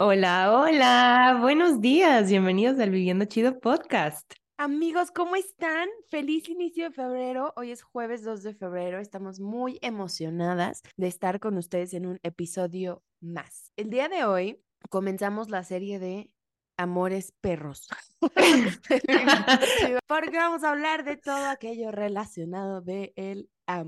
Hola, hola, buenos días, bienvenidos al Viviendo Chido podcast. Amigos, ¿cómo están? Feliz inicio de febrero. Hoy es jueves 2 de febrero. Estamos muy emocionadas de estar con ustedes en un episodio más. El día de hoy comenzamos la serie de Amores Perros. Viviendo chido, porque vamos a hablar de todo aquello relacionado de el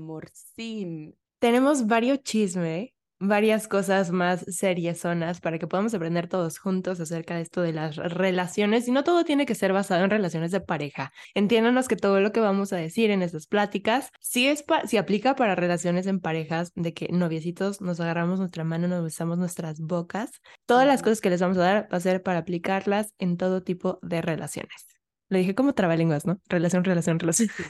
amorcín. Tenemos varios chisme, varias cosas más seriezonas para que podamos aprender todos juntos acerca de esto de las relaciones y no todo tiene que ser basado en relaciones de pareja. Entiéndanos que todo lo que vamos a decir en estas pláticas sí aplica para relaciones en parejas, de que noviecitos nos agarramos nuestra mano, nos besamos nuestras bocas. Todas las Ujú. cosas que les vamos a dar va a ser para aplicarlas en todo tipo de relaciones. Lo dije como trabalenguas, ¿no? Relación, relación, relación. Sí.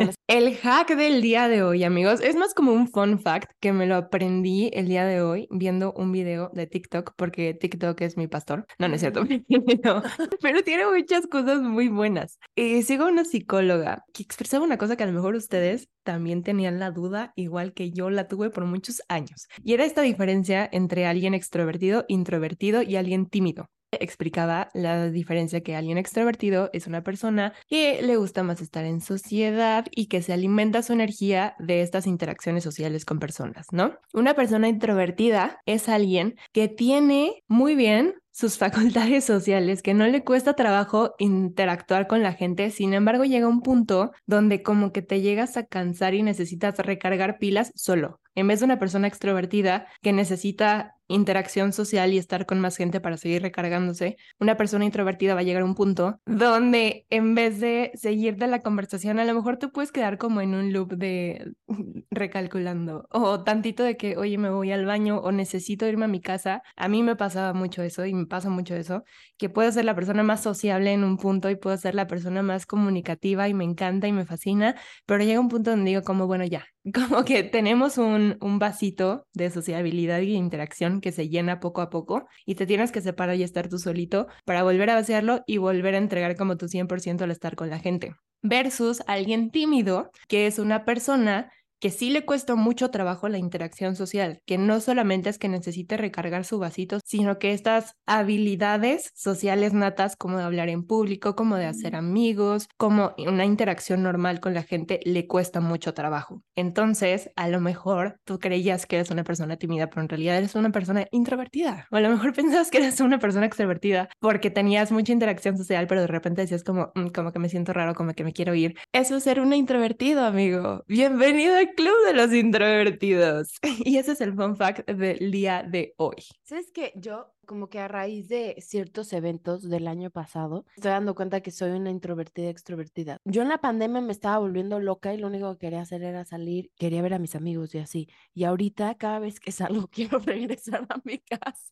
El hack del día de hoy, amigos, es más como un fun fact que me lo aprendí el día de hoy viendo un video de TikTok, porque TikTok es mi pastor. No, no es cierto, pero, pero tiene muchas cosas muy buenas. Sigo a una psicóloga que expresaba una cosa que a lo mejor ustedes también tenían la duda, igual que yo la tuve por muchos años. Y era esta diferencia entre alguien extrovertido, introvertido y alguien tímido. Explicaba la diferencia que alguien extrovertido es una persona que le gusta más estar en sociedad y que se alimenta su energía de estas interacciones sociales con personas, ¿no? Una persona introvertida es alguien que tiene muy bien sus facultades sociales, que no le cuesta trabajo interactuar con la gente, sin embargo llega un punto donde como que te llegas a cansar y necesitas recargar pilas solo, en vez de una persona extrovertida que necesita interacción social y estar con más gente para seguir recargándose. Una persona introvertida va a llegar a un punto donde en vez de seguir de la conversación, a lo mejor tú puedes quedar como en un loop de recalculando o tantito de que, oye, me voy al baño o necesito irme a mi casa. A mí me pasaba mucho eso y me pasa mucho eso, que puedo ser la persona más sociable en un punto y puedo ser la persona más comunicativa y me encanta y me fascina, pero llega un punto donde digo como, bueno, ya, como que tenemos un vasito de sociabilidad y interacción que se llena poco a poco y te tienes que separar y estar tú solito para volver a vaciarlo y volver a entregar como tu 100% al estar con la gente. Versus alguien tímido, que es una persona que sí le cuesta mucho trabajo la interacción social, que no solamente es que necesite recargar su vasito, sino que estas habilidades sociales natas, como de hablar en público, como de hacer amigos, como una interacción normal con la gente, le cuesta mucho trabajo. Entonces, a lo mejor tú creías que eres una persona tímida, pero en realidad eres una persona introvertida. O a lo mejor pensabas que eres una persona extrovertida porque tenías mucha interacción social, pero de repente decías como, como que me siento raro, como que me quiero ir. Eso es ser un introvertido, amigo. Bienvenido al club de los introvertidos. Y ese es el fun fact del día de hoy. ¿Sabes qué? Yo, como que a raíz de ciertos eventos del año pasado, estoy dando cuenta que soy una introvertida extrovertida. Yo en la pandemia me estaba volviendo loca y lo único que quería hacer era salir, quería ver a mis amigos y así. Y ahorita, cada vez que salgo, quiero regresar a mi casa.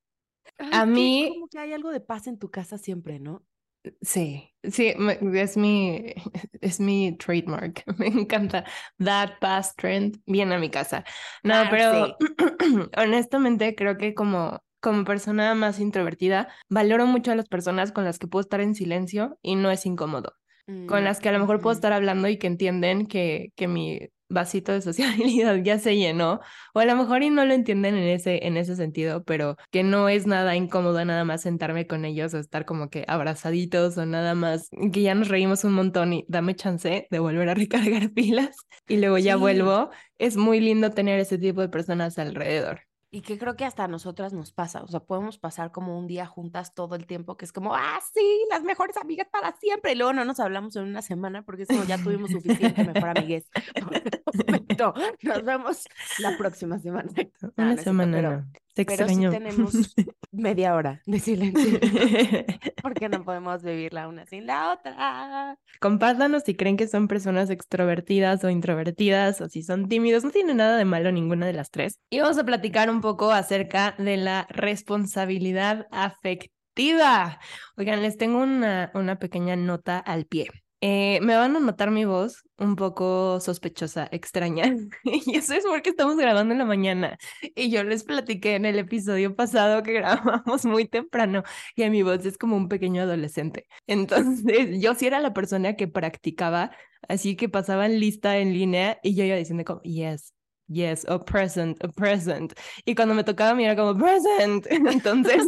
Ay, A es que mí, como que hay algo de paz en tu casa siempre, ¿no? sí, sí, es mi trademark. Me encanta. That past trend viene a mi casa. No, Claro que pero sí. honestamente creo que como persona más introvertida, valoro mucho a las personas con las que puedo estar en silencio y no es incómodo. Con las que a lo mejor puedo Ujú. estar hablando y que entienden que mi vasito de sociabilidad ya se llenó, o a lo mejor y no lo entienden en ese sentido, pero que no es nada incómodo nada más sentarme con ellos o estar como que abrazaditos o nada más, que ya nos reímos un montón y dame chance de volver a recargar pilas y luego ya Sí. vuelvo. Es muy lindo tener ese tipo de personas alrededor. Y que creo que hasta a nosotras nos pasa, o sea, podemos pasar como un día juntas todo el tiempo, que es como, ah, sí, las mejores amigas para siempre, y luego no nos hablamos en una semana porque es como ya tuvimos suficiente mejor amigues por el momento. Nos vemos la próxima semana. No, Una no es cierto, semana no, te pero sí extraño. tenemos media hora de silencio porque no podemos vivir la una sin la otra. Compártanos si creen que son personas extrovertidas o introvertidas o si son tímidos. No tiene nada de malo ninguna de las tres. Y vamos a platicar un poco acerca de la responsabilidad afectiva. Oigan, les tengo una pequeña nota al pie. Me van a notar mi voz un poco sospechosa, extraña. Y eso es porque estamos grabando en la mañana. Y yo les platiqué en el episodio pasado que grabamos muy temprano y a mi voz es como un pequeño adolescente. Entonces, yo sí era la persona que practicaba, así que pasaban lista en línea y yo iba diciendo como, yes. yes, o present, o present. Y cuando me tocaba a mí era como present. Entonces,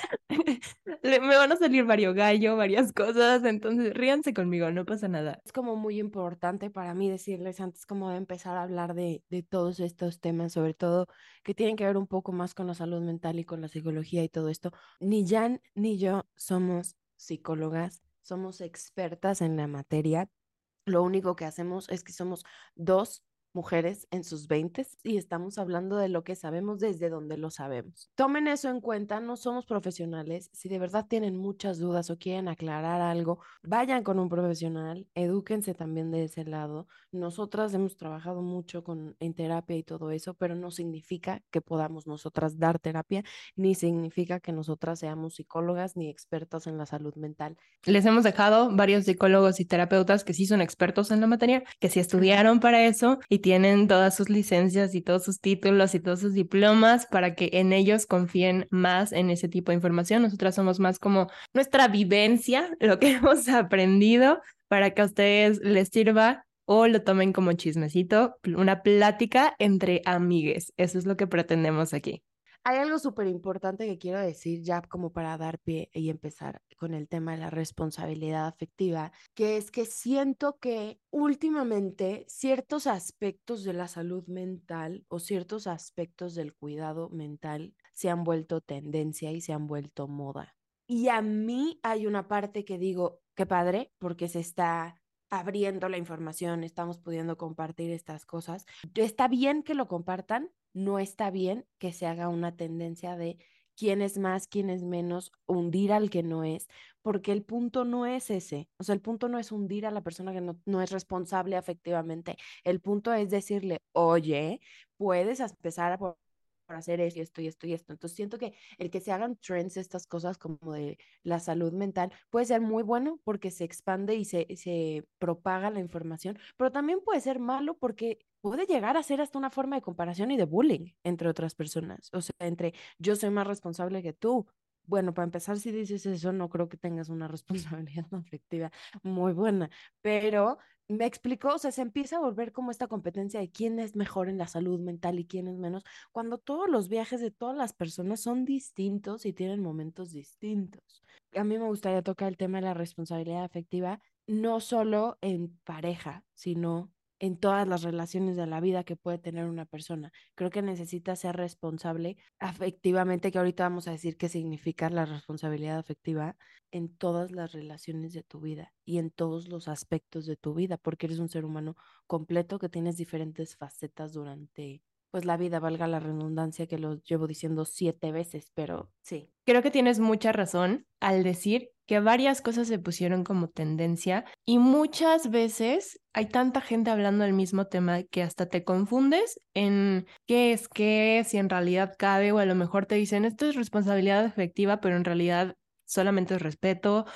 me van a salir varios gallo, varias cosas. Entonces, ríanse conmigo, no pasa nada. Es como muy importante para mí decirles antes como de empezar a hablar de todos estos temas, sobre todo que tienen que ver un poco más con la salud mental y con la psicología y todo esto. Ni Jan ni yo somos psicólogas, somos expertas en la materia. Lo único que hacemos es que somos dos mujeres en sus veintes y estamos hablando de lo que sabemos desde donde lo sabemos. Tomen eso en cuenta, no somos profesionales. Si de verdad tienen muchas dudas o quieren aclarar algo, vayan con un profesional, edúquense también de ese lado. Nosotras hemos trabajado mucho en terapia y todo eso, pero no significa que podamos nosotras dar terapia, ni significa que nosotras seamos psicólogas ni expertas en la salud mental. Les hemos dejado varios psicólogos y terapeutas que sí son expertos en la materia, que sí estudiaron para eso y tienen todas sus licencias y todos sus títulos y todos sus diplomas para que en ellos confíen más en ese tipo de información. Nosotras somos más como nuestra vivencia, lo que hemos aprendido para que a ustedes les sirva o lo tomen como chismecito, una plática entre amigues. Eso es lo que pretendemos aquí. Hay algo súper importante que quiero decir ya como para dar pie y empezar con el tema de la responsabilidad afectiva, que es que siento que últimamente ciertos aspectos de la salud mental o ciertos aspectos del cuidado mental se han vuelto tendencia y se han vuelto moda. Y a mí hay una parte que digo, qué padre, porque se está abriendo la información, estamos pudiendo compartir estas cosas. Está bien que lo compartan, no está bien que se haga una tendencia de quién es más, quién es menos, hundir al que no es, porque el punto no es ese, o sea, el punto no es hundir a la persona que no es responsable afectivamente, el punto es decirle, oye, puedes empezar a por hacer esto y esto y esto y esto. Entonces siento que el que se hagan trends, estas cosas como de la salud mental, puede ser muy bueno porque se expande y se propaga la información, pero también puede ser malo porque puede llegar a ser hasta una forma de comparación y de bullying entre otras personas. O sea, entre yo soy más responsable que tú. Bueno, para empezar, si dices eso, no creo que tengas una responsabilidad afectiva muy buena, pero me explicó, o sea, se empieza a volver como esta competencia de quién es mejor en la salud mental y quién es menos, cuando todos los viajes de todas las personas son distintos y tienen momentos distintos. A mí me gustaría tocar el tema de la responsabilidad afectiva, no solo en pareja, sino en todas las relaciones de la vida que puede tener una persona. Creo que necesita ser responsable afectivamente, que ahorita vamos a decir qué significa la responsabilidad afectiva en todas las relaciones de tu vida y en todos los aspectos de tu vida, porque eres un ser humano completo que tienes diferentes facetas durante pues la vida, valga la redundancia que lo llevo diciendo 7 veces, pero sí. Creo que tienes mucha razón al decir que varias cosas se pusieron como tendencia y muchas veces hay tanta gente hablando del mismo tema que hasta te confundes en qué, si en realidad cabe o a lo mejor te dicen esto es responsabilidad efectiva, pero en realidad solamente es respeto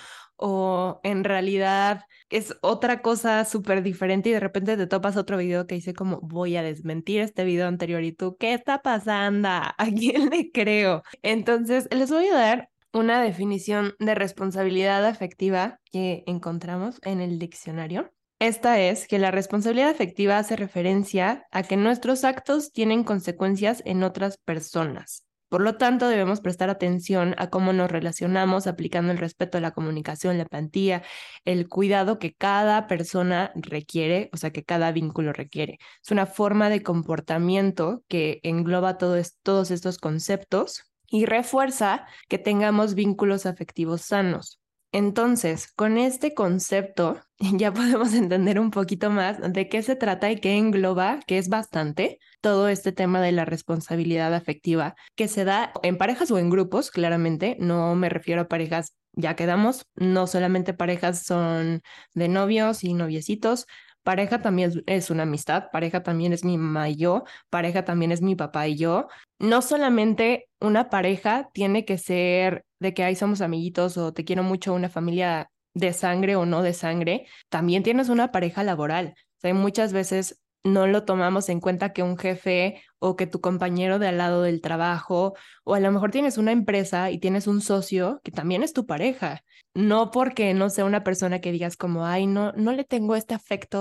o en realidad es otra cosa súper diferente y de repente te topas otro video que dice como voy a desmentir este video anterior y tú, ¿qué está pasando? ¿A quién le creo? Entonces, les voy a dar una definición de responsabilidad afectiva que encontramos en el diccionario. Esta es que la responsabilidad afectiva hace referencia a que nuestros actos tienen consecuencias en otras personas. Por lo tanto, debemos prestar atención a cómo nos relacionamos aplicando el respeto a la comunicación, la empatía, el cuidado que cada persona requiere, o sea, que cada vínculo requiere. Es una forma de comportamiento que engloba todos estos conceptos y refuerza que tengamos vínculos afectivos sanos. Entonces, con este concepto ya podemos entender un poquito más de qué se trata y qué engloba, que es bastante, todo este tema de la responsabilidad afectiva que se da en parejas o en grupos, claramente. No me refiero a parejas, ya quedamos, no solamente parejas son de novios y noviecitos. Pareja también es una amistad, pareja también es mi mamá y yo, pareja también es mi papá y yo. No solamente una pareja tiene que ser de que ahí somos amiguitos o te quiero mucho, una familia de sangre o no de sangre, también tienes una pareja laboral. O sea, muchas veces no lo tomamos en cuenta que un jefe o que tu compañero de al lado del trabajo, o a lo mejor tienes una empresa y tienes un socio que también es tu pareja. No porque no sea una persona que digas como, ay, no, no le tengo este afecto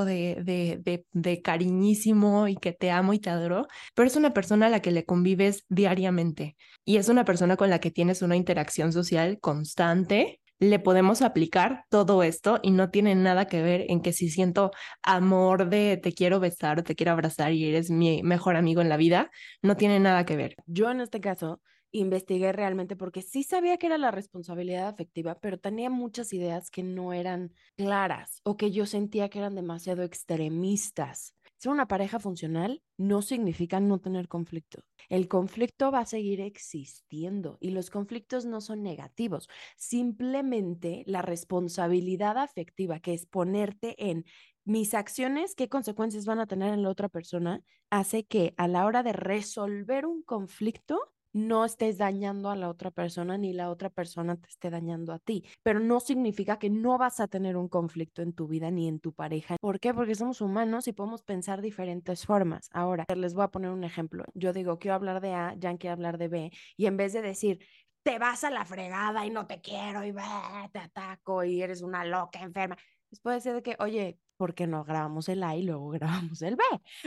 de cariñísimo y que te amo y te adoro, pero es una persona a la que le convives diariamente y es una persona con la que tienes una interacción social constante. Le podemos aplicar todo esto y no tiene nada que ver en que si siento amor de te quiero besar o te quiero abrazar y eres mi mejor amigo en la vida, no tiene nada que ver. Yo en este caso investigué realmente porque sí sabía que era la responsabilidad afectiva, pero tenía muchas ideas que no eran claras o que yo sentía que eran demasiado extremistas. Ser una pareja funcional no significa no tener conflicto. El conflicto va a seguir existiendo y los conflictos no son negativos. Simplemente la responsabilidad afectiva, que es ponerte en mis acciones, qué consecuencias van a tener en la otra persona, hace que a la hora de resolver un conflicto no estés dañando a la otra persona ni la otra persona te esté dañando a ti. Pero no significa que no vas a tener un conflicto en tu vida ni en tu pareja. ¿Por qué? Porque somos humanos y podemos pensar diferentes formas. Ahora, les voy a poner un ejemplo. Yo digo, quiero hablar de A, Jan quiere hablar de B, y en vez de decir, te vas a la fregada y no te quiero y te ataco y eres una loca enferma, pues puede ser de que, oye, ¿por qué no grabamos el A y luego grabamos el B?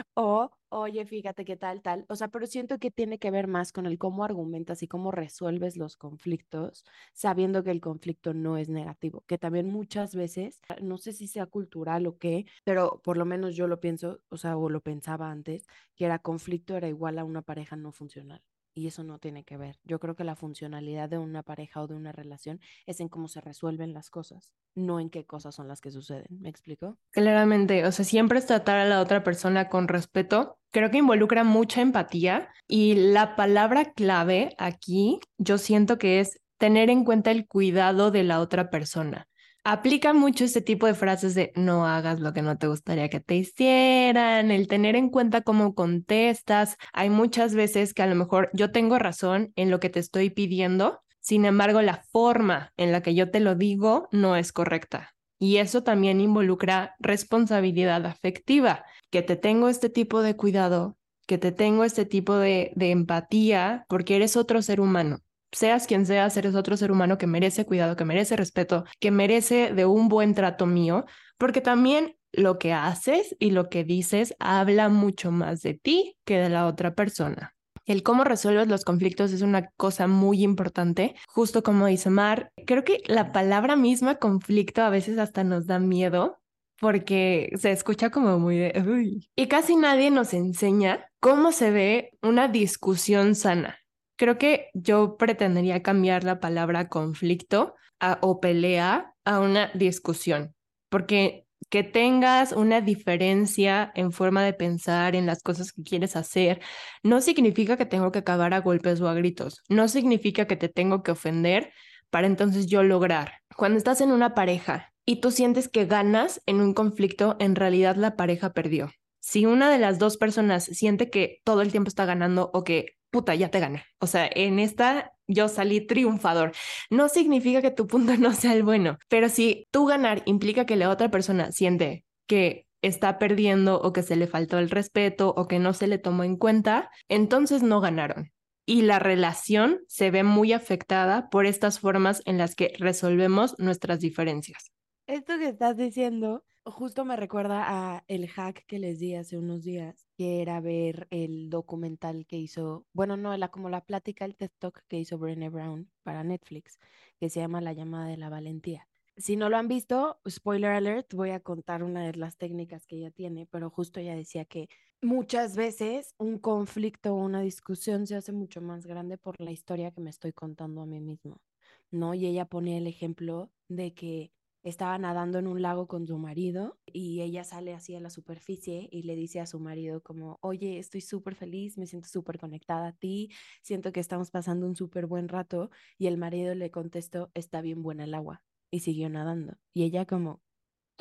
O, oye, fíjate qué tal, tal. O sea, pero siento que tiene que ver más con el cómo argumentas y cómo resuelves los conflictos, sabiendo que el conflicto no es negativo, que también muchas veces, no sé si sea cultural o qué, pero por lo menos yo lo pienso, o sea, o lo pensaba antes, que era conflicto era igual a una pareja no funcional. Y eso no tiene que ver. Yo creo que la funcionalidad de una pareja o de una relación es en cómo se resuelven las cosas, no en qué cosas son las que suceden. ¿Me explico? Claramente, o sea, siempre es tratar a la otra persona con respeto. Creo que involucra mucha empatía y la palabra clave aquí yo siento que es tener en cuenta el cuidado de la otra persona. Aplica mucho este tipo de frases de no hagas lo que no te gustaría que te hicieran, el tener en cuenta cómo contestas. Hay muchas veces que a lo mejor yo tengo razón en lo que te estoy pidiendo, sin embargo, la forma en la que yo te lo digo no es correcta. Y eso también involucra responsabilidad afectiva, que te tengo este tipo de cuidado, que te tengo este tipo de empatía, porque eres otro ser humano. Seas quien seas, eres otro ser humano que merece cuidado, que merece respeto, que merece de un buen trato mío, porque también lo que haces y lo que dices habla mucho más de ti que de la otra persona. El cómo resuelves los conflictos es una cosa muy importante, justo como dice Mar. Creo que la palabra misma conflicto a veces hasta nos da miedo porque se escucha como muy de... "Uy". Y casi nadie nos enseña cómo se ve una discusión sana. Creo que yo pretendería cambiar la palabra conflicto o pelea a una discusión, porque que tengas una diferencia en forma de pensar en las cosas que quieres hacer no significa que tengo que acabar a golpes o a gritos. No significa que te tengo que ofender para entonces yo lograr. Cuando estás en una pareja y tú sientes que ganas en un conflicto, en realidad la pareja perdió. Si una de las dos personas siente que todo el tiempo está ganando o que, puta, ya te gané. O sea, en esta yo salí triunfador. No significa que tu punto no sea el bueno, pero si tú ganar implica que la otra persona siente que está perdiendo o que se le faltó el respeto o que no se le tomó en cuenta, entonces no ganaron. Y la relación se ve muy afectada por estas formas en las que resolvemos nuestras diferencias. Esto que estás diciendo justo me recuerda a el hack que les di hace unos días, que era ver el documental que hizo, bueno, no, como la plática, el TED Talk que hizo Brené Brown para Netflix, que se llama La llamada de la valentía. Si no lo han visto, spoiler alert, voy a contar una de las técnicas que ella tiene, pero justo ella decía que muchas veces un conflicto o una discusión se hace mucho más grande por la historia que me estoy contando a mí mismo, ¿no? Y ella ponía el ejemplo de que estaba nadando en un lago con su marido y ella sale así a la superficie y le dice a su marido como, oye, estoy súper feliz, me siento súper conectada a ti, siento que estamos pasando un súper buen rato y el marido le contestó, está bien buena el agua y siguió nadando. Y ella como, ¿qué?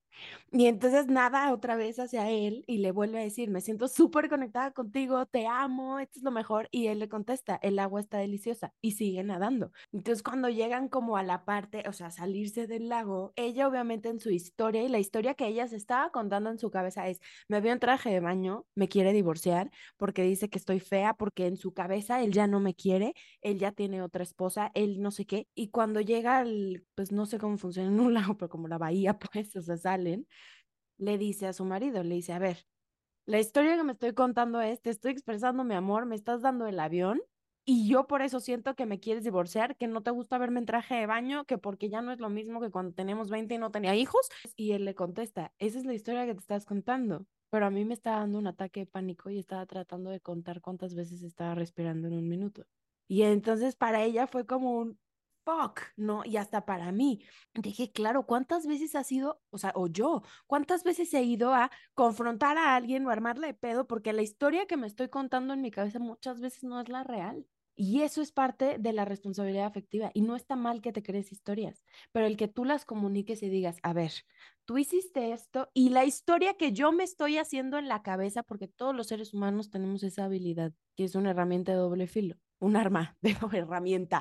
Y entonces nada otra vez hacia él y le vuelve a decir, me siento súper conectada contigo, te amo, esto es lo mejor. Y él le contesta, el agua está deliciosa y sigue nadando. Entonces cuando llegan como a la parte, o sea, salirse del lago, ella obviamente en su historia y la historia que ella se estaba contando en su cabeza es, me veo en traje de baño, me quiere divorciar porque dice que estoy fea, porque en su cabeza él ya no me quiere, él ya tiene otra esposa, él no sé qué. Y cuando llega al, pues no sé cómo funciona en un lago, pero como la bahía, pues, o sea, salen le dice a su marido, le dice, a ver, la historia que me estoy contando es, te estoy expresando mi amor, me estás dando el avión y yo por eso siento que me quieres divorciar, que no te gusta verme en traje de baño, que porque ya no es lo mismo que cuando teníamos 20 y no tenía hijos. Y él le contesta, esa es la historia que te estás contando. Pero a mí me estaba dando un ataque de pánico y estaba tratando de contar cuántas veces estaba respirando en un minuto. Y entonces para ella fue como un fuck, ¿no? Y hasta para mí. Dije, claro, ¿cuántas veces has ido, o sea, o yo, cuántas veces he ido a confrontar a alguien o armarle de pedo porque la historia que me estoy contando en mi cabeza muchas veces no es la real? Y eso es parte de la responsabilidad afectiva. Y no está mal que te crees historias, pero el que tú las comuniques y digas, a ver, tú hiciste esto y la historia que yo me estoy haciendo en la cabeza, porque todos los seres humanos tenemos esa habilidad, que es una herramienta de doble filo, un arma de herramienta,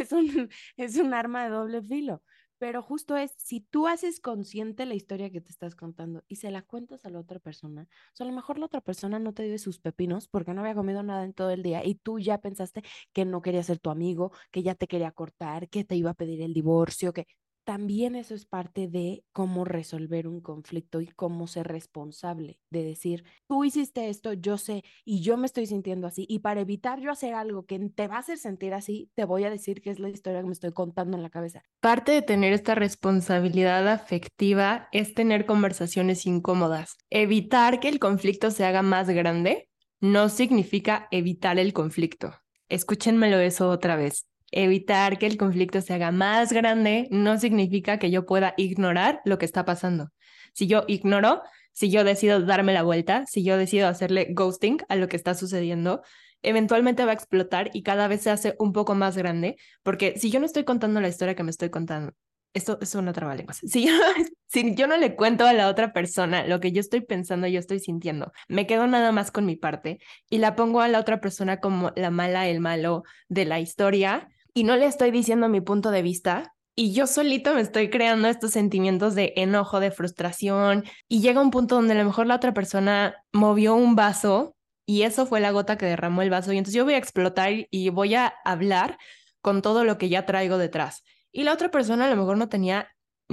es un arma de doble filo. Pero justo es, si tú haces consciente la historia que te estás contando y se la cuentas a la otra persona, o sea, a lo mejor la otra persona no te dio sus pepinos porque no había comido nada en todo el día y tú ya pensaste que no quería ser tu amigo, que ya te quería cortar, que te iba a pedir el divorcio, que también eso es parte de cómo resolver un conflicto y cómo ser responsable, de decir, tú hiciste esto, yo sé, y yo me estoy sintiendo así, y para evitar yo hacer algo que te va a hacer sentir así, te voy a decir que es la historia que me estoy contando en la cabeza. Parte de tener esta responsabilidad afectiva es tener conversaciones incómodas. Evitar que el conflicto se haga más grande no significa evitar el conflicto. Escúchenmelo eso otra vez. Evitar que el conflicto se haga más grande no significa que yo pueda ignorar lo que está pasando. Si yo ignoro, si yo decido darme la vuelta, si yo decido hacerle ghosting a lo que está sucediendo, eventualmente va a explotar y cada vez se hace un poco más grande porque si yo no estoy contando la historia que me estoy contando, esto es una trabalenguas. Si yo, si yo no le cuento a la otra persona lo que yo estoy pensando, yo estoy sintiendo, me quedo nada más con mi parte y la pongo a la otra persona como la mala, el malo de la historia y no le estoy diciendo mi punto de vista. Y yo solito me estoy creando estos sentimientos de enojo, de frustración, y llega un punto donde a lo mejor la otra persona movió un vaso y eso fue la gota que derramó el vaso. Y entonces yo voy a explotar y voy a hablar con todo lo que ya traigo detrás. Y la otra persona a lo mejor no tenía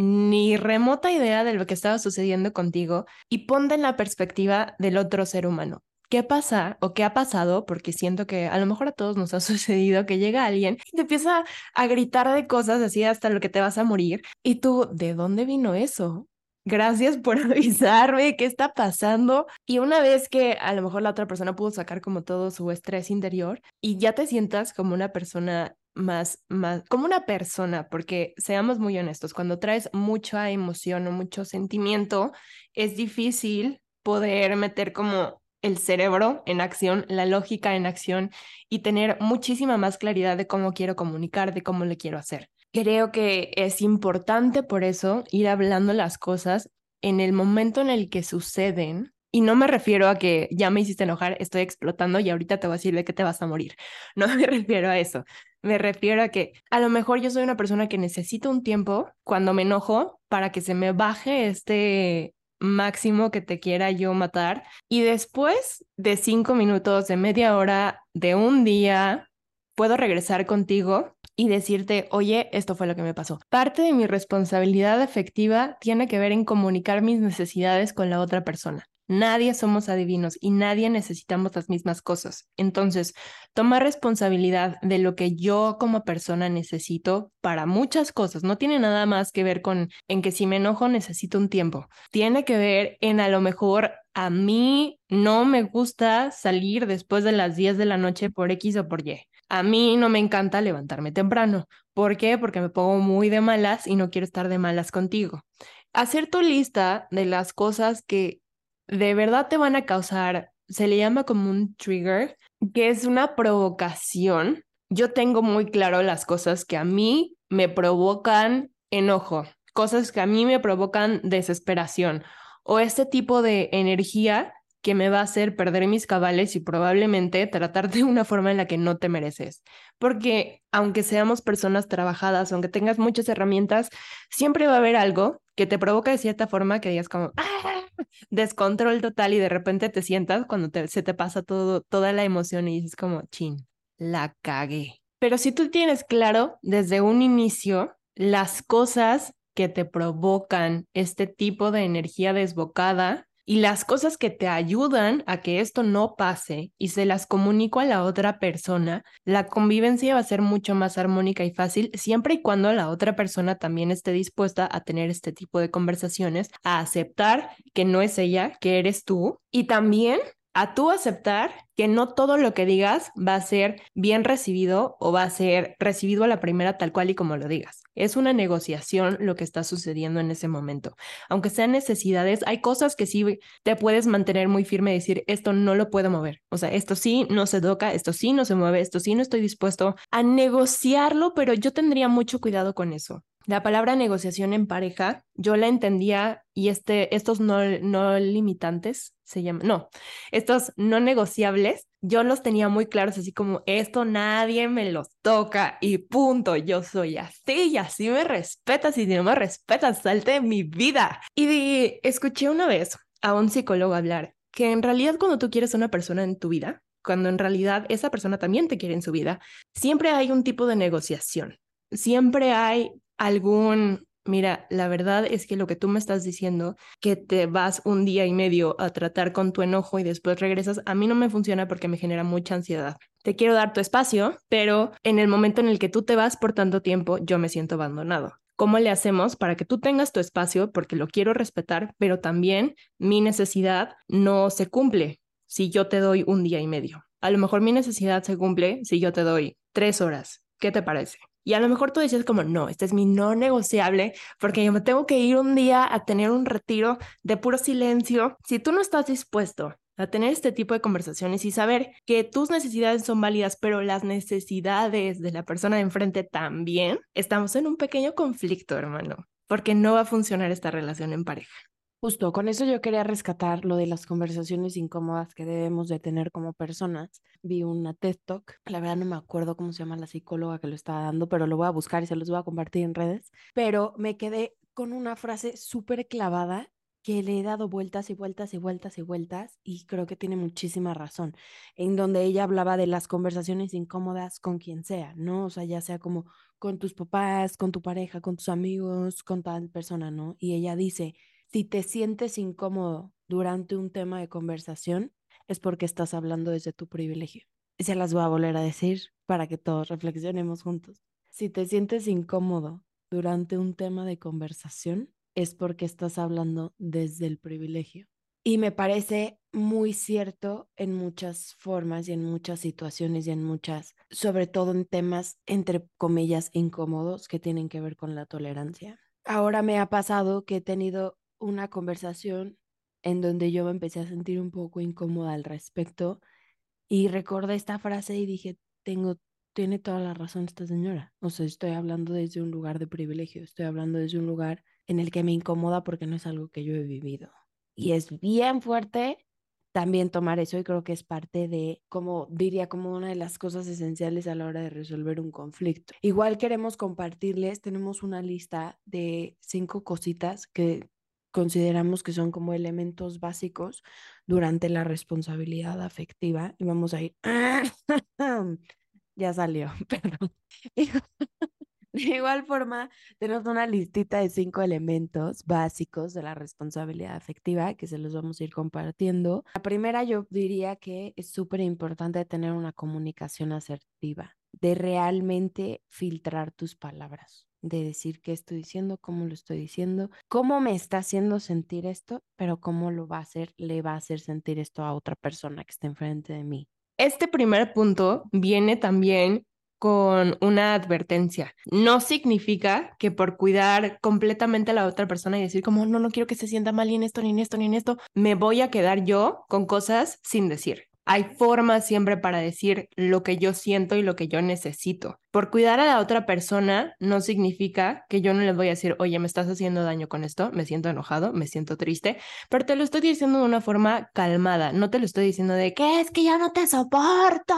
ni remota idea de lo que estaba sucediendo contigo y ponte en la perspectiva del otro ser humano. ¿Qué pasa o qué ha pasado? Porque siento que a lo mejor a todos nos ha sucedido que llega alguien y te empieza a gritar de cosas así hasta lo que te vas a morir y tú, ¿de dónde vino eso? Gracias por avisarme qué está pasando. Y una vez que a lo mejor la otra persona pudo sacar como todo su estrés interior y ya te sientas como una persona como una persona, porque seamos muy honestos, cuando traes mucha emoción o mucho sentimiento, es difícil poder meter como el cerebro en acción, la lógica en acción y tener muchísima más claridad de cómo quiero comunicar, de cómo le quiero hacer. Creo que es importante por eso ir hablando las cosas en el momento en el que suceden. Y no me refiero a que ya me hiciste enojar, estoy explotando y ahorita te voy a decir de que te vas a morir. No me refiero a eso. Me refiero a que a lo mejor yo soy una persona que necesita un tiempo cuando me enojo para que se me baje este máximo que te quiera yo matar. Y después de 5 minutos, de media hora, de un día, puedo regresar contigo y decirte, oye, esto fue lo que me pasó. Parte de mi responsabilidad afectiva tiene que ver en comunicar mis necesidades con la otra persona. Nadie somos adivinos y nadie necesitamos las mismas cosas. Entonces, tomar responsabilidad de lo que yo como persona necesito para muchas cosas. No tiene nada más que ver con en que si me enojo necesito un tiempo. Tiene que ver en a lo mejor a mí no me gusta salir después de las 10 de la noche por X o por Y. A mí no me encanta levantarme temprano. ¿Por qué? Porque me pongo muy de malas y no quiero estar de malas contigo. Hacer tu lista de las cosas que de verdad te van a causar, se le llama como un trigger, que es una provocación. Yo tengo muy claro las cosas que a mí me provocan enojo. cosas que a mí me provocan desesperación o este tipo de energía que me va a hacer perder mis cabales y probablemente tratar de una forma en la que no te mereces. Porque aunque seamos personas trabajadas, aunque tengas muchas herramientas, siempre va a haber algo que te provoca de cierta forma que digas como ¡ah! Descontrol total y de repente te sientas cuando se te pasa toda la emoción y dices como, chin, la cagué. Pero si tú tienes claro desde un inicio las cosas que te provocan este tipo de energía desbocada y las cosas que te ayudan a que esto no pase y se las comunico a la otra persona, la convivencia va a ser mucho más armónica y fácil siempre y cuando la otra persona también esté dispuesta a tener este tipo de conversaciones, a aceptar que no es ella, que eres tú y también a tú aceptar que no todo lo que digas va a ser bien recibido o va a ser recibido a la primera tal cual y como lo digas. Es una negociación lo que está sucediendo en ese momento. Aunque sean necesidades, hay cosas que sí te puedes mantener muy firme y decir, esto no lo puedo mover. O sea, esto sí no se toca, esto sí no se mueve, esto sí no estoy dispuesto a negociarlo, pero yo tendría mucho cuidado con eso. La palabra negociación en pareja, yo la entendía y estos no limitantes se llaman, no, estos no negociables, yo los tenía muy claros, así como esto nadie me los toca y punto, yo soy así y así me respetas y si no me respetas, salte de mi vida. Escuché una vez a un psicólogo hablar que en realidad cuando tú quieres a una persona en tu vida, cuando en realidad esa persona también te quiere en su vida, siempre hay un tipo de negociación, siempre hay mira, la verdad es que lo que tú me estás diciendo, que te vas un día y medio a tratar con tu enojo y después regresas, a mí no me funciona porque me genera mucha ansiedad. Te quiero dar tu espacio, pero en el momento en el que tú te vas por tanto tiempo, yo me siento abandonado. ¿Cómo le hacemos para que tú tengas tu espacio? Porque lo quiero respetar, pero también mi necesidad no se cumple si yo te doy un día y medio. A lo mejor mi necesidad se cumple si yo te doy 3 horas. ¿Qué te parece? Y a lo mejor tú decías como, no, este es mi no negociable porque yo me tengo que ir un día a tener un retiro de puro silencio. Si tú no estás dispuesto a tener este tipo de conversaciones y saber que tus necesidades son válidas, pero las necesidades de la persona de enfrente también, estamos en un pequeño conflicto, hermano, porque no va a funcionar esta relación en pareja. Justo, con eso yo quería rescatar lo de las conversaciones incómodas que debemos de tener como personas. Vi una TED Talk, la verdad no me acuerdo cómo se llama la psicóloga que lo estaba dando, pero lo voy a buscar y se los voy a compartir en redes. Pero me quedé con una frase súper clavada que le he dado vueltas y vueltas y vueltas y vueltas y creo que tiene muchísima razón, en donde ella hablaba de las conversaciones incómodas con quien sea, ¿no? O sea, ya sea como con tus papás, con tu pareja, con tus amigos, con tal persona, ¿no? Y ella dice si te sientes incómodo durante un tema de conversación, es porque estás hablando desde tu privilegio. Y se las voy a volver a decir para que todos reflexionemos juntos. Si te sientes incómodo durante un tema de conversación, es porque estás hablando desde el privilegio. Y me parece muy cierto en muchas formas y en muchas situaciones y en muchas, sobre todo en temas, entre comillas, incómodos que tienen que ver con la tolerancia. Ahora me ha pasado que he tenido una conversación en donde yo me empecé a sentir un poco incómoda al respecto y recordé esta frase y dije, tiene toda la razón esta señora. O sea, estoy hablando desde un lugar de privilegio, estoy hablando desde un lugar en el que me incomoda porque no es algo que yo he vivido. Y es bien fuerte también tomar eso y creo que es parte de, como diría, como una de las cosas esenciales a la hora de resolver un conflicto. Igual queremos compartirles, tenemos una lista de 5 cositas que consideramos que son como elementos básicos durante la responsabilidad afectiva y vamos a ir, ya salió, perdón. De igual forma, tenemos una listita de 5 elementos básicos de la responsabilidad afectiva que se los vamos a ir compartiendo. La primera, yo diría que es súper importante tener una comunicación asertiva, de realmente filtrar tus palabras, de decir qué estoy diciendo, cómo lo estoy diciendo, cómo me está haciendo sentir esto, pero cómo lo va a hacer, le va a hacer sentir esto a otra persona que está enfrente de mí. Este primer punto viene también con una advertencia. No significa que por cuidar completamente a la otra persona y decir como, no, no quiero que se sienta mal ni en esto, ni en esto, ni en esto, me voy a quedar yo con cosas sin decir. Hay formas siempre para decir lo que yo siento y lo que yo necesito. Por cuidar a la otra persona no significa que yo no les voy a decir, oye, me estás haciendo daño con esto, me siento enojado, me siento triste, pero te lo estoy diciendo de una forma calmada, no te lo estoy diciendo de que es que ya no te soporto.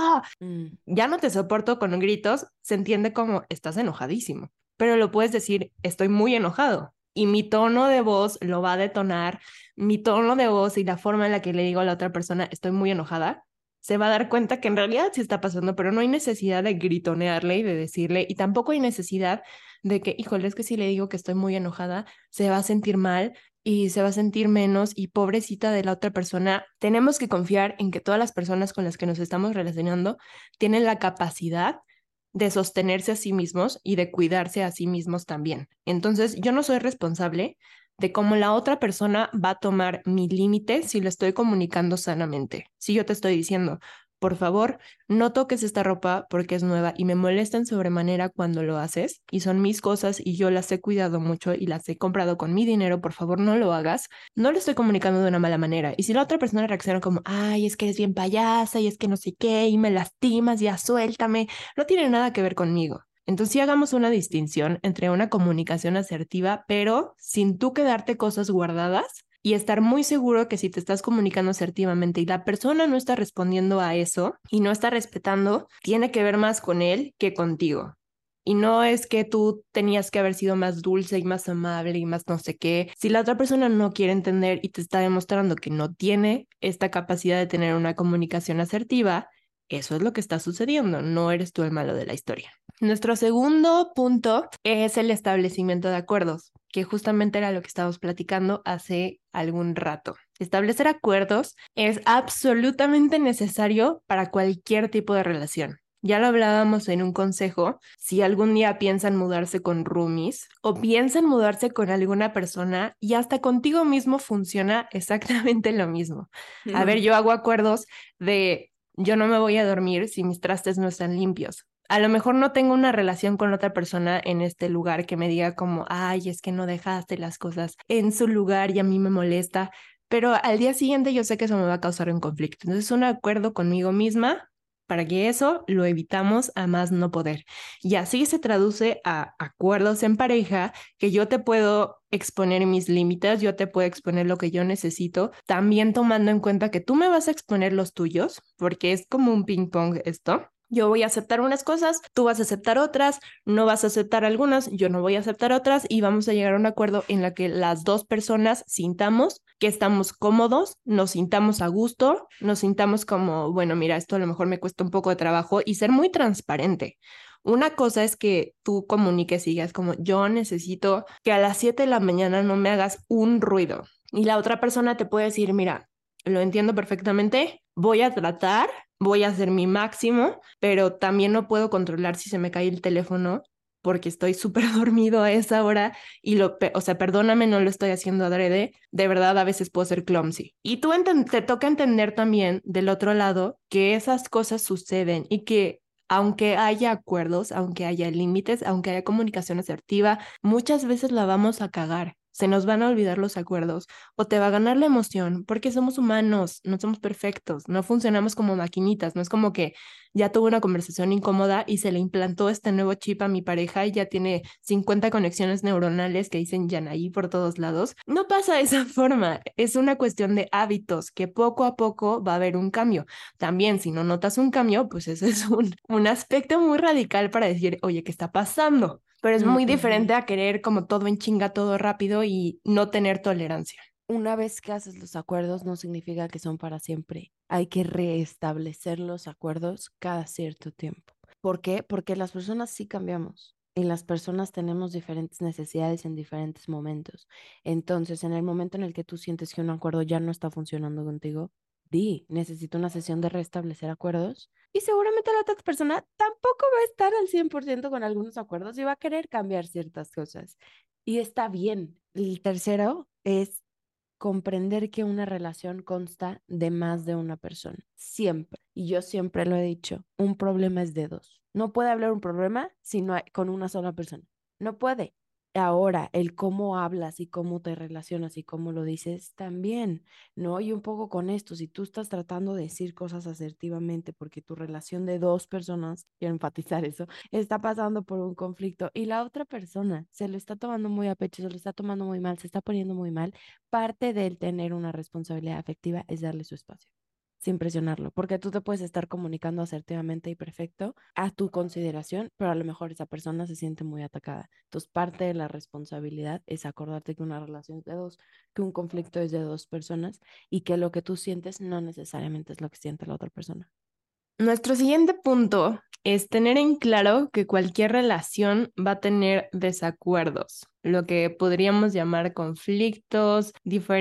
Ya no te soporto con gritos, se entiende como estás enojadísimo, pero lo puedes decir, estoy muy enojado. Y mi tono de voz lo va a detonar, mi tono de voz y la forma en la que le digo a la otra persona, estoy muy enojada, se va a dar cuenta que en realidad sí está pasando, pero no hay necesidad de gritonearle y de decirle, y tampoco hay necesidad de que, híjole, es que si le digo que estoy muy enojada, se va a sentir mal y se va a sentir menos y pobrecita de la otra persona. Tenemos que confiar en que todas las personas con las que nos estamos relacionando tienen la capacidad de sostenerse a sí mismos y de cuidarse a sí mismos también. Entonces, yo no soy responsable de cómo la otra persona va a tomar mi límite si lo estoy comunicando sanamente. Si yo te estoy diciendo, por favor, no toques esta ropa porque es nueva y me molesta en sobremanera cuando lo haces y son mis cosas y yo las he cuidado mucho y las he comprado con mi dinero, por favor, no lo hagas. No lo estoy comunicando de una mala manera. Y si la otra persona reacciona como, ay, es que eres bien payasa y es que no sé qué y me lastimas, ya suéltame, no tiene nada que ver conmigo. Entonces, sí hagamos una distinción entre una comunicación asertiva, pero sin tú quedarte cosas guardadas y estar muy seguro que si te estás comunicando asertivamente y la persona no está respondiendo a eso y no está respetando, tiene que ver más con él que contigo. Y no es que tú tenías que haber sido más dulce y más amable y más no sé qué. Si la otra persona no quiere entender y te está demostrando que no tiene esta capacidad de tener una comunicación asertiva, eso es lo que está sucediendo, no eres tú el malo de la historia. Nuestro segundo punto es el establecimiento de acuerdos, que justamente era lo que estábamos platicando hace algún rato. Establecer acuerdos es absolutamente necesario para cualquier tipo de relación. Ya lo hablábamos en un consejo, si algún día piensan mudarse con roomies o piensan mudarse con alguna persona y hasta contigo mismo funciona exactamente lo mismo. A ver, yo hago acuerdos de yo no me voy a dormir si mis trastes no están limpios. A lo mejor no tengo una relación con otra persona en este lugar que me diga como, ay, es que no dejaste las cosas en su lugar y a mí me molesta, pero al día siguiente yo sé que eso me va a causar un conflicto. Entonces, un acuerdo conmigo misma para que eso lo evitamos a más no poder. Y así se traduce a acuerdos en pareja que yo te puedo exponer mis límites, yo te puedo exponer lo que yo necesito, también tomando en cuenta que tú me vas a exponer los tuyos, porque es como un ping pong esto. Yo voy a aceptar unas cosas, tú vas a aceptar otras, no vas a aceptar algunas, yo no voy a aceptar otras y vamos a llegar a un acuerdo en la que las dos personas sintamos que estamos cómodos, nos sintamos a gusto, nos sintamos como, bueno, mira, esto a lo mejor me cuesta un poco de trabajo y ser muy transparente. Una cosa es que tú comuniques y digas como, yo necesito que a las 7 de la mañana no me hagas un ruido. Y la otra persona te puede decir, mira, lo entiendo perfectamente, voy a tratar, voy a hacer mi máximo, pero también no puedo controlar si se me cae el teléfono porque estoy súper dormido a esa hora y o sea, perdóname, no lo estoy haciendo adrede, de verdad a veces puedo ser clumsy. Y tú te toca entender también del otro lado que esas cosas suceden y que aunque haya acuerdos, aunque haya límites, aunque haya comunicación asertiva, muchas veces la vamos a cagar. Se nos van a olvidar los acuerdos o te va a ganar la emoción porque somos humanos, no somos perfectos, no funcionamos como maquinitas, no es como que ya tuve una conversación incómoda y se le implantó este nuevo chip a mi pareja y ya tiene 50 conexiones neuronales que dicen Yanaí por todos lados. No pasa de esa forma, es una cuestión de hábitos que poco a poco va a haber un cambio. También si no notas un cambio, pues ese es un aspecto muy radical para decir, oye, ¿qué está pasando? Pero es muy diferente a querer como todo en chinga, todo rápido y no tener tolerancia. Una vez que haces los acuerdos no significa que son para siempre. Hay que reestablecer los acuerdos cada cierto tiempo. ¿Por qué? Porque las personas sí cambiamos y las personas tenemos diferentes necesidades en diferentes momentos. Entonces, en el momento en el que tú sientes que un acuerdo ya no está funcionando contigo, necesito una sesión de restablecer acuerdos y seguramente la otra persona tampoco va a estar al 100% con algunos acuerdos y va a querer cambiar ciertas cosas. Y está bien. El tercero es comprender que una relación consta de más de una persona, siempre. Y yo siempre lo he dicho, un problema es de dos. No puede haber un problema si no hay, con una sola persona. No puede. Ahora, el cómo hablas y cómo te relacionas y cómo lo dices también, ¿no? Y un poco con esto, si tú estás tratando de decir cosas asertivamente porque tu relación de dos personas, quiero enfatizar eso, está pasando por un conflicto y la otra persona se lo está tomando muy a pecho, se lo está tomando muy mal, se está poniendo muy mal, parte del tener una responsabilidad afectiva es darle su espacio sin presionarlo, porque tú te puedes estar comunicando asertivamente y perfecto a tu consideración, pero a lo mejor esa persona se siente muy atacada. Entonces, parte de la responsabilidad es acordarte que una relación es de dos, que un conflicto es de dos personas y que lo que tú sientes no necesariamente es lo que siente la otra persona. Nuestro siguiente punto es tener en claro que cualquier relación va a tener desacuerdos, lo que podríamos llamar conflictos,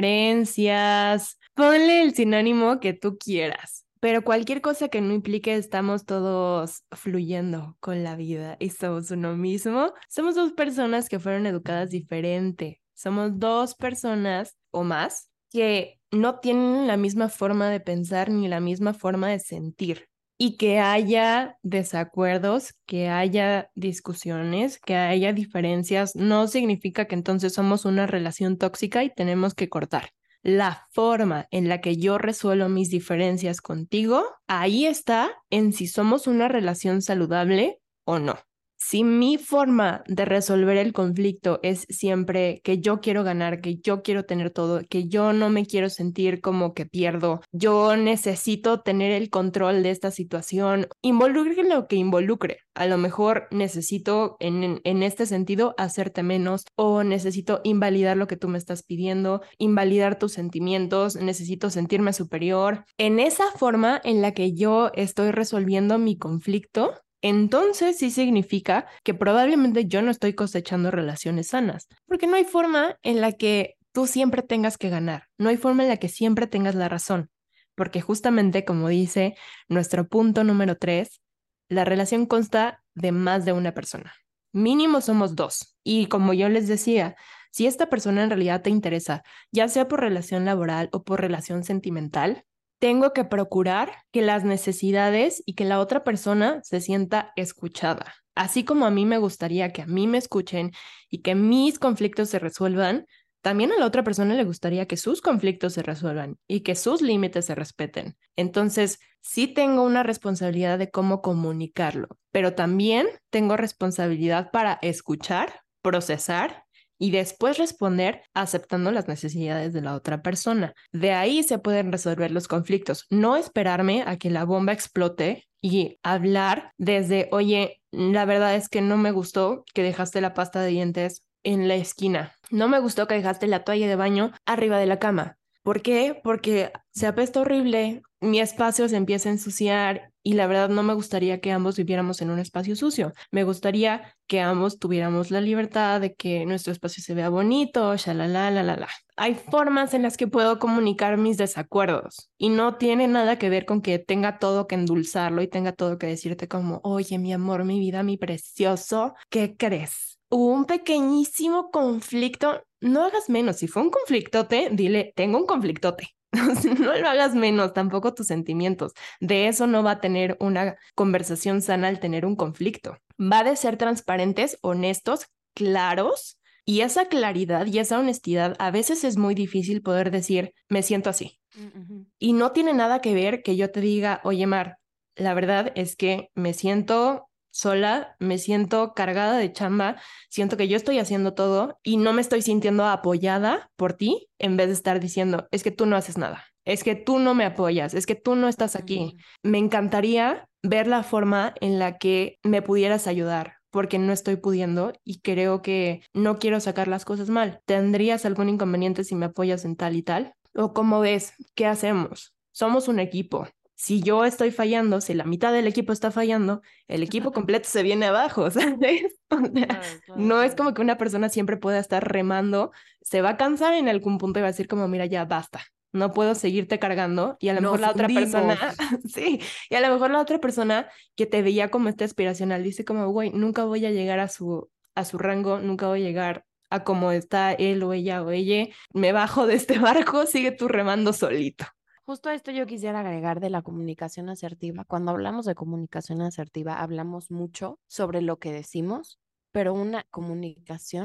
diferencias, ponle el sinónimo que tú quieras. Pero cualquier cosa que no implique estamos todos fluyendo con la vida y somos uno mismo, somos dos personas que fueron educadas diferente. Somos dos personas o más que no tienen la misma forma de pensar ni la misma forma de sentir y que haya desacuerdos, que haya discusiones, que haya diferencias, no significa que entonces somos una relación tóxica y tenemos que cortar. La forma en la que yo resuelvo mis diferencias contigo, ahí está en si somos una relación saludable o no. Si mi forma de resolver el conflicto es siempre que yo quiero ganar, que yo quiero tener todo, que yo no me quiero sentir como que pierdo, yo necesito tener el control de esta situación, involucre lo que involucre. A lo mejor necesito en este sentido hacerte menos o necesito invalidar lo que tú me estás pidiendo, invalidar tus sentimientos, necesito sentirme superior. En esa forma en la que yo estoy resolviendo mi conflicto, entonces sí significa que probablemente yo no estoy cosechando relaciones sanas, porque no hay forma en la que tú siempre tengas que ganar, no hay forma en la que siempre tengas la razón, porque justamente como dice nuestro punto número 3, la relación consta de más de una persona. Mínimo somos dos. Y como yo les decía, si esta persona en realidad te interesa, ya sea por relación laboral o por relación sentimental, tengo que procurar que las necesidades y que la otra persona se sienta escuchada. Así como a mí me gustaría que a mí me escuchen y que mis conflictos se resuelvan, también a la otra persona le gustaría que sus conflictos se resuelvan y que sus límites se respeten. Entonces, sí tengo una responsabilidad de cómo comunicarlo, pero también tengo responsabilidad para escuchar, procesar y después responder aceptando las necesidades de la otra persona. De ahí se pueden resolver los conflictos, no esperarme a que la bomba explote y hablar desde, oye, la verdad es que no me gustó que dejaste la pasta de dientes en la esquina. No me gustó que dejaste la toalla de baño arriba de la cama. ¿Por qué? Porque se apesta horrible, mi espacio se empieza a ensuciar y la verdad no me gustaría que ambos viviéramos en un espacio sucio. Me gustaría que ambos tuviéramos la libertad de que nuestro espacio se vea bonito, shalala, la, la, la. Hay formas en las que puedo comunicar mis desacuerdos y no tiene nada que ver con que tenga todo que endulzarlo y tenga todo que decirte como, oye, mi amor, mi vida, mi precioso, ¿qué crees? Hubo un pequeñísimo conflicto, no hagas menos, si fue un conflictote, dile, tengo un conflictote. No lo hagas menos, tampoco tus sentimientos. De eso no va a tener una conversación sana al tener un conflicto. Va de ser transparentes, honestos, claros, y esa claridad y esa honestidad a veces es muy difícil poder decir, me siento así. Ujú. Y no tiene nada que ver que yo te diga, oye, Mar, la verdad es que me siento sola, me siento cargada de chamba, siento que yo estoy haciendo todo y no me estoy sintiendo apoyada por ti en vez de estar diciendo, es que tú no haces nada, es que tú no me apoyas, es que tú no estás aquí. Ujú. Me encantaría ver la forma en la que me pudieras ayudar porque no estoy pudiendo y creo que no quiero sacar las cosas mal. ¿Tendrías algún inconveniente si me apoyas en tal y tal? ¿O cómo ves? ¿Qué hacemos? Somos un equipo. Si yo estoy fallando, si la mitad del equipo está fallando, el equipo completo se viene abajo, ¿sabes? O sea, Claro, claro, no es claro. como que una persona siempre pueda estar remando, se va a cansar en algún punto y va a decir como, mira, ya basta, no puedo seguirte cargando y a lo mejor Nos la otra persona, hundimos. sí, y a lo mejor la otra persona que te veía como este aspiracional dice como, güey, nunca voy a llegar a su rango, nunca voy a llegar a cómo está él o ella, me bajo de este barco, sigue tú remando solito. Justo a esto yo quisiera agregar de la comunicación asertiva. Cuando hablamos de comunicación asertiva, hablamos mucho sobre lo que decimos, pero una comunicación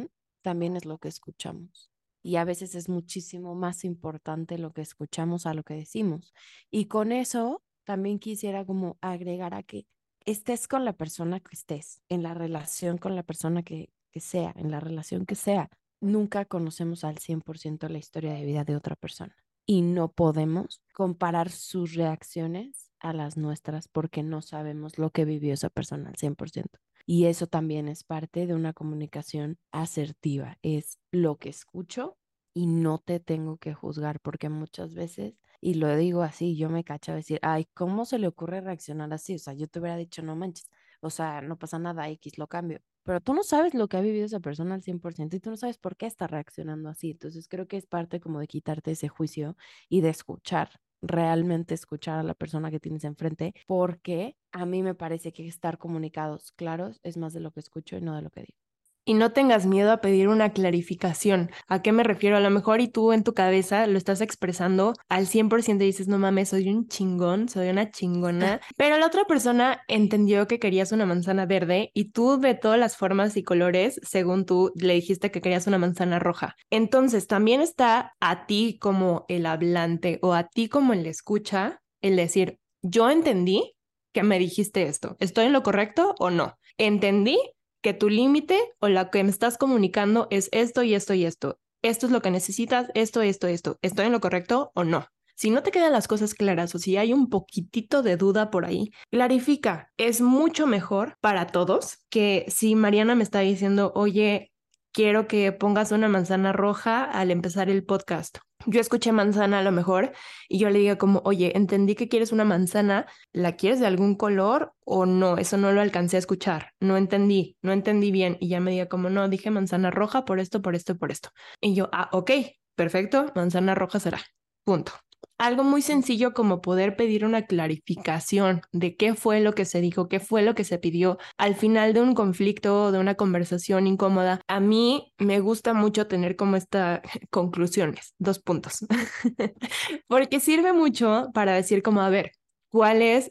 también es lo que escuchamos. Y a veces es muchísimo más importante lo que escuchamos a lo que decimos. Y con eso también quisiera como agregar a que estés con la persona que estés, en la relación con la persona que sea, en la relación que sea. Nunca conocemos al 100% la historia de vida de otra persona y no podemos comparar sus reacciones a las nuestras porque no sabemos lo que vivió esa persona al 100%. Y eso también es parte de una comunicación asertiva, es lo que escucho y no te tengo que juzgar porque muchas veces, y lo digo así, yo me cacho a decir, ay, ¿cómo se le ocurre reaccionar así? O sea, yo te hubiera dicho, no manches, o sea, no pasa nada, X, lo cambio. Pero tú no sabes lo que ha vivido esa persona al 100% y tú no sabes por qué está reaccionando así. Entonces creo que es parte como de quitarte ese juicio y de escuchar, realmente escuchar a la persona que tienes enfrente, porque a mí me parece que estar comunicados claros es más de lo que escucho y no de lo que digo. Y no tengas miedo a pedir una clarificación. ¿A qué me refiero? A lo mejor y tú en tu cabeza lo estás expresando al 100% y dices, no mames, soy un chingón, soy una chingona. Pero la otra persona entendió que querías una manzana verde y tú de todas las formas y colores, según tú le dijiste que querías una manzana roja. Entonces también está a ti como el hablante o a ti como el escucha el decir, yo entendí que me dijiste esto. ¿Estoy en lo correcto o no? Entendí que tu límite o la que me estás comunicando es esto y esto y esto. Esto es lo que necesitas, esto. ¿Estoy en lo correcto o no? Si no te quedan las cosas claras o si hay un poquitito de duda por ahí, clarifica. Es mucho mejor para todos que si Mariana me está diciendo, oye, quiero que pongas una manzana roja al empezar el podcast. Yo escuché manzana a lo mejor y yo le diga como, oye, entendí que quieres una manzana, ¿la quieres de algún color o no? Eso no lo alcancé a escuchar, no entendí bien. Y ya me diga como, no, dije manzana roja por esto, por esto, por esto. Y yo, ah, ok, perfecto, manzana roja será. Punto. Algo muy sencillo como poder pedir una clarificación de qué fue lo que se dijo, qué fue lo que se pidió al final de un conflicto o de una conversación incómoda. A mí me gusta mucho tener como estas conclusiones, 2 puntos, porque sirve mucho para decir como, a ver, ¿cuál es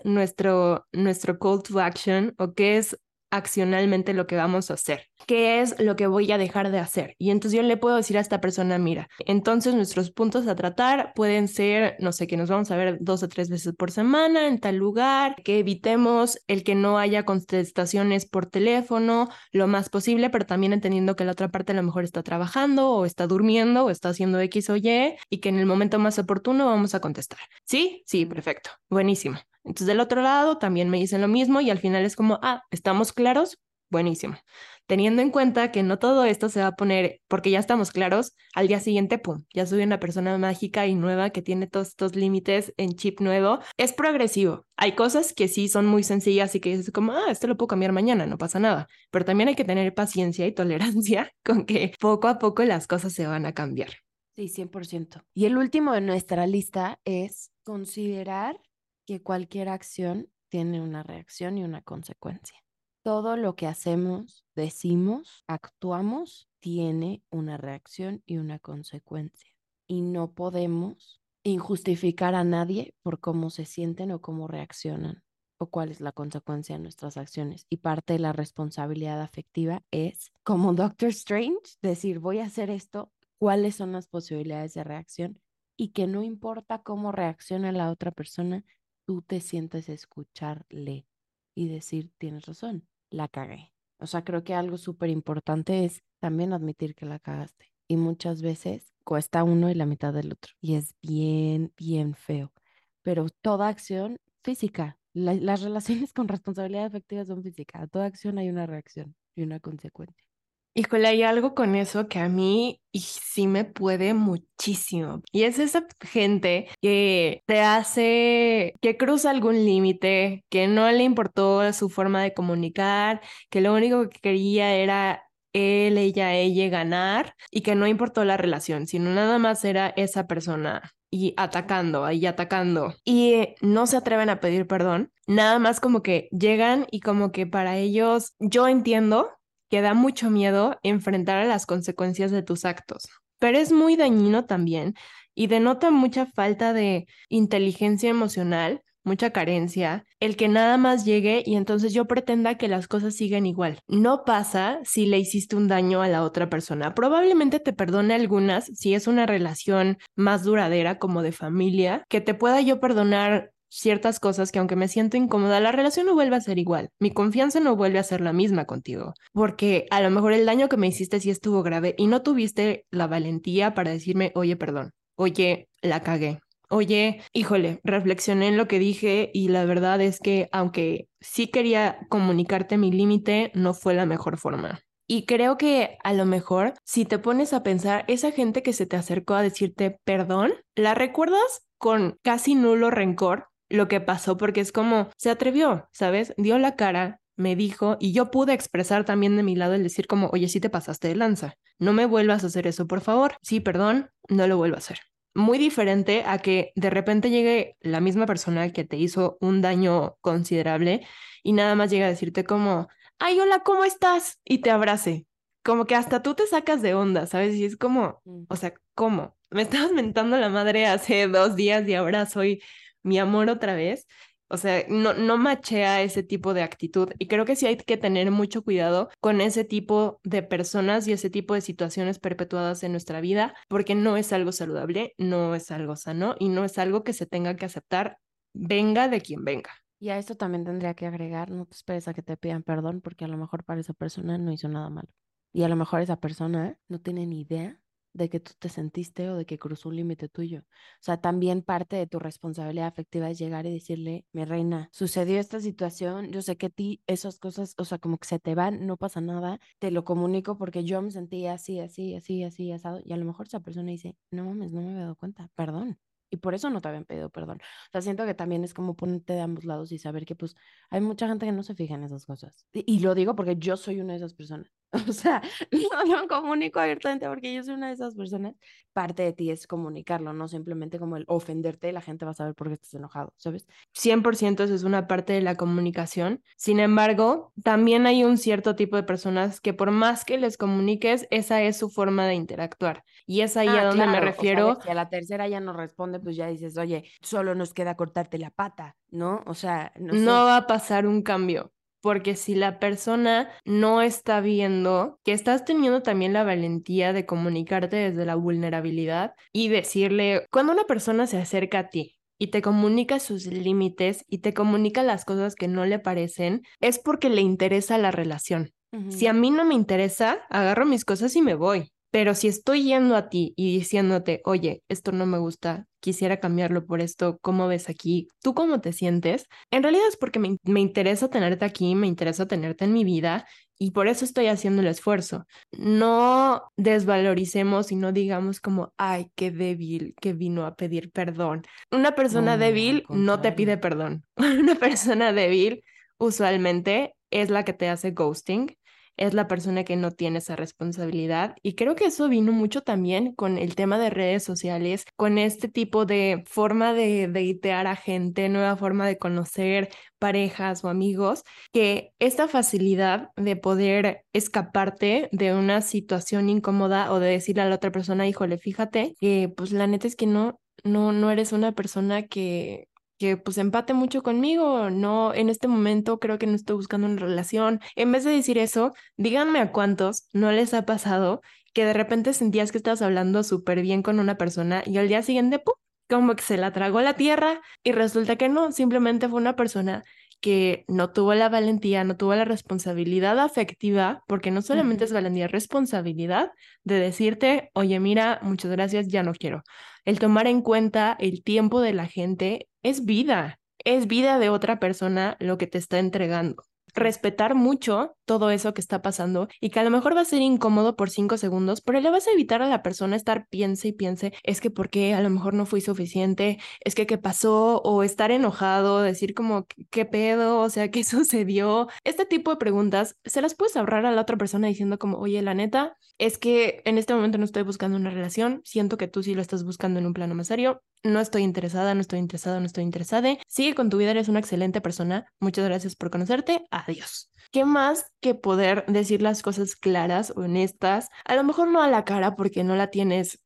nuestro call to action o qué es accionalmente lo que vamos a hacer? ¿Qué es lo que voy a dejar de hacer? Y entonces yo le puedo decir a esta persona, mira, entonces nuestros puntos a tratar pueden ser, no sé, que nos vamos a ver 2 o 3 veces por semana en tal lugar, que evitemos el que no haya contestaciones por teléfono lo más posible, pero también entendiendo que la otra parte a lo mejor está trabajando o está durmiendo o está haciendo X o Y que en el momento más oportuno vamos a contestar. ¿Sí? Sí, perfecto. Buenísimo. Entonces del otro lado también me dicen lo mismo y al final es como, ah, ¿estamos claros? Buenísimo. Teniendo en cuenta que no todo esto se va a poner, porque ya estamos claros, al día siguiente, pum, ya soy una persona mágica y nueva que tiene todos estos límites en chip nuevo. Es progresivo. Hay cosas que sí son muy sencillas y que es como, ah, esto lo puedo cambiar mañana, no pasa nada. Pero también hay que tener paciencia y tolerancia con que poco a poco las cosas se van a cambiar. Sí, 100%. Y el último de nuestra lista es considerar que cualquier acción tiene una reacción y una consecuencia. Todo lo que hacemos, decimos, actuamos, tiene una reacción y una consecuencia. Y no podemos injustificar a nadie por cómo se sienten o cómo reaccionan o cuál es la consecuencia de nuestras acciones. Y parte de la responsabilidad afectiva es, como Doctor Strange, decir, voy a hacer esto, cuáles son las posibilidades de reacción y que no importa cómo reacciona la otra persona, tú te sientes a escucharle y decir, tienes razón, la cagué. O sea, creo que algo súper importante es también admitir que la cagaste. Y muchas veces cuesta uno y la mitad del otro. Y es bien, bien feo. Pero toda acción física, las relaciones con responsabilidad afectiva son físicas. A toda acción hay una reacción y una consecuencia. Híjole, hay algo con eso que a mí y sí me puede muchísimo. Y es esa gente que te hace, que cruza algún límite, que no le importó su forma de comunicar, que lo único que quería era él, ella ganar y que no importó la relación, sino nada más era esa persona y atacando, ahí atacando. Y no se atreven a pedir perdón, nada más como que llegan y como que para ellos, yo entiendo que da mucho miedo enfrentar a las consecuencias de tus actos, pero es muy dañino también y denota mucha falta de inteligencia emocional mucha carencia, el que nada más llegue y entonces yo pretenda que las cosas siguen igual. No pasa si le hiciste un daño a la otra persona. Probablemente te perdone algunas si es una relación más duradera como de familia, que te pueda yo perdonar ciertas cosas que aunque me siento incómoda, la relación no vuelve a ser igual. Mi confianza no vuelve a ser la misma contigo, porque a lo mejor el daño que me hiciste sí estuvo grave y no tuviste la valentía para decirme, oye, perdón, oye, la cagué. Oye, híjole, reflexioné en lo que dije y la verdad es que aunque sí quería comunicarte mi límite, no fue la mejor forma. Y creo que a lo mejor, si te pones a pensar, esa gente que se te acercó a decirte perdón, la recuerdas con casi nulo rencor lo que pasó, porque es como se atrevió, ¿sabes? Dio la cara, me dijo, y yo pude expresar también de mi lado el decir como, oye, sí te pasaste de lanza, no me vuelvas a hacer eso, por favor. Sí, perdón, no lo vuelvo a hacer. Muy diferente a que de repente llegue la misma persona que te hizo un daño considerable y nada más llega a decirte como, ay, hola, ¿cómo estás? Y te abrace. Como que hasta tú te sacas de onda, ¿sabes? Y es como, Mm. o sea, ¿cómo? Me estabas mentando la madre hace 2 días y ahora soy mi amor otra vez. O sea, no machea ese tipo de actitud y creo que sí hay que tener mucho cuidado con ese tipo de personas y ese tipo de situaciones perpetuadas en nuestra vida porque no es algo saludable, no es algo sano y no es algo que se tenga que aceptar, venga de quien venga. Y a esto también tendría que agregar, no te esperes a que te pidan perdón porque a lo mejor para esa persona no hizo nada malo. Y a lo mejor esa persona no tiene ni idea de que tú te sentiste o de que cruzó un límite tuyo. O sea, también parte de tu responsabilidad afectiva es llegar y decirle, mi reina, sucedió esta situación, yo sé que a ti esas cosas, o sea, como que se te van, no pasa nada, te lo comunico porque yo me sentía así, así, así, así, asado. Y a lo mejor esa persona dice, no mames, no me había dado cuenta, perdón. Y por eso no te habían pedido perdón. O sea, siento que también es como ponerte de ambos lados y saber que pues hay mucha gente que no se fija en esas cosas. Y lo digo porque yo soy una de esas personas. O sea, no lo comunico abiertamente porque yo soy una de esas personas. Parte de ti es comunicarlo, no simplemente como el ofenderte, la gente va a saber por qué estás enojado, ¿sabes? 100% eso es una parte de la comunicación. Sin embargo, también hay un cierto tipo de personas que por más que les comuniques, esa es su forma de interactuar. Y es ahí a Ah, donde me claro, o sea, a ver, refiero. si a la tercera ya no responde, pues ya dices, oye, solo nos queda cortarte la pata, ¿no? O sea, no No sé. va a pasar un cambio, porque si la persona no está viendo que estás teniendo también la valentía de comunicarte desde la vulnerabilidad y decirle, cuando una persona se acerca a ti y te comunica sus límites y te comunica las cosas que no le parecen, es porque le interesa la relación. Si Ujú. a mí no me interesa, agarro mis cosas y me voy. Pero si estoy yendo a ti y diciéndote, oye, esto no me gusta, quisiera cambiarlo por esto, ¿cómo ves aquí? ¿Tú cómo te sientes? En realidad es porque me interesa tenerte aquí, me interesa tenerte en mi vida y por eso estoy haciendo el esfuerzo. No desvaloricemos y no digamos como, ay, qué débil que vino a pedir perdón. Una persona No, al débil no te pide contrario. perdón. Una persona débil usualmente es la que te hace ghosting, es la persona que no tiene esa responsabilidad. Y creo que eso vino mucho también con el tema de redes sociales, con este tipo de forma de datear a gente, nueva forma de conocer parejas o amigos, que esta facilidad de poder escaparte de una situación incómoda o de decirle a la otra persona, híjole, fíjate que pues la neta es que no eres una persona que pues empate mucho conmigo, no, en este momento creo que no estoy buscando una relación. En vez de decir eso, díganme a cuántos no les ha pasado que de repente sentías que estabas hablando súper bien con una persona y al día siguiente, ¡pum!, como que se la tragó la tierra y resulta que no, simplemente fue una persona que no tuvo la valentía, no tuvo la responsabilidad afectiva, porque no solamente es Ujú. valentía, es responsabilidad de decirte, oye, mira, muchas gracias, ya no quiero. El tomar en cuenta el tiempo de la gente es vida de otra persona lo que te está entregando. Sí. Respetar mucho todo eso que está pasando y que a lo mejor va a ser incómodo por 5 segundos, pero le vas a evitar a la persona estar piense y piense, es que por qué a lo mejor no fui suficiente, es que qué pasó, o estar enojado, decir como qué pedo, o sea, qué sucedió. Este tipo de preguntas se las puedes ahorrar a la otra persona diciendo como, oye, la neta, es que en este momento no estoy buscando una relación, siento que tú sí lo estás buscando en un plano más serio, no estoy interesada, no estoy interesada, no estoy interesada. Sigue con tu vida, eres una excelente persona. Muchas gracias por conocerte. Adiós. ¿Qué más que poder decir las cosas claras, honestas? A lo mejor no a la cara porque no la tienes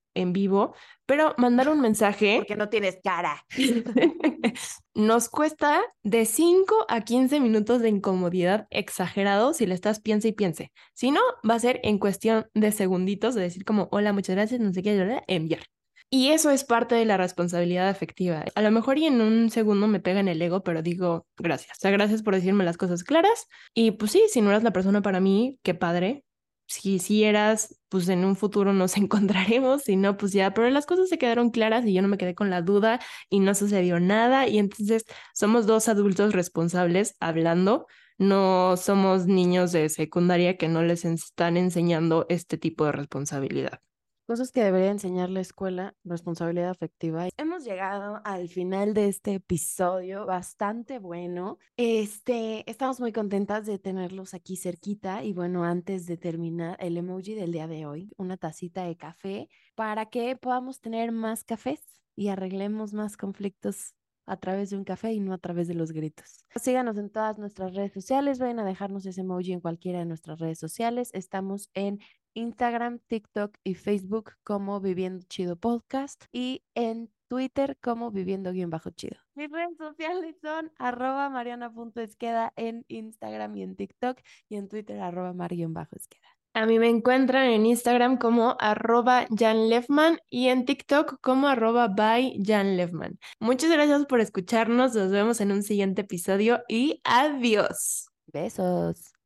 en vivo, pero mandar un mensaje Porque no tienes cara. nos cuesta de 5 a 15 minutos de incomodidad exagerado si le estás piense y piense. Si no, va a ser en cuestión de segunditos de decir como, hola, muchas gracias, no sé qué, enviar. Y eso es parte de la responsabilidad afectiva. A lo mejor y en un segundo me pega en el ego, pero digo gracias. O sea, gracias por decirme las cosas claras. Y pues sí, si no eras la persona para mí, qué padre. Si eras, pues en un futuro nos encontraremos. Si no, pues ya. Pero las cosas se quedaron claras y yo no me quedé con la duda y no sucedió nada. Y entonces somos dos adultos responsables hablando. No somos niños de secundaria que no les están enseñando este tipo de responsabilidad. Cosas que debería enseñar la escuela, responsabilidad afectiva. Hemos llegado al final de este episodio bastante bueno. Estamos muy contentas de tenerlos aquí cerquita y bueno, antes de terminar, el emoji del día de hoy, una tacita de café para que podamos tener más cafés y arreglemos más conflictos a través de un café y no a través de los gritos. Síganos en todas nuestras redes sociales, vayan a dejarnos ese emoji en cualquiera de nuestras redes sociales. Estamos en Instagram, TikTok y Facebook como Viviendo Chido Podcast y en Twitter como Viviendo-Chido. Mis redes sociales son @mariana.esqueda en Instagram y en TikTok y en Twitter @mar-esqueda. A mí me encuentran en Instagram como @janlefman y en TikTok como @byjanlefman. Muchas gracias por escucharnos. Nos vemos en un siguiente episodio y adiós. Besos.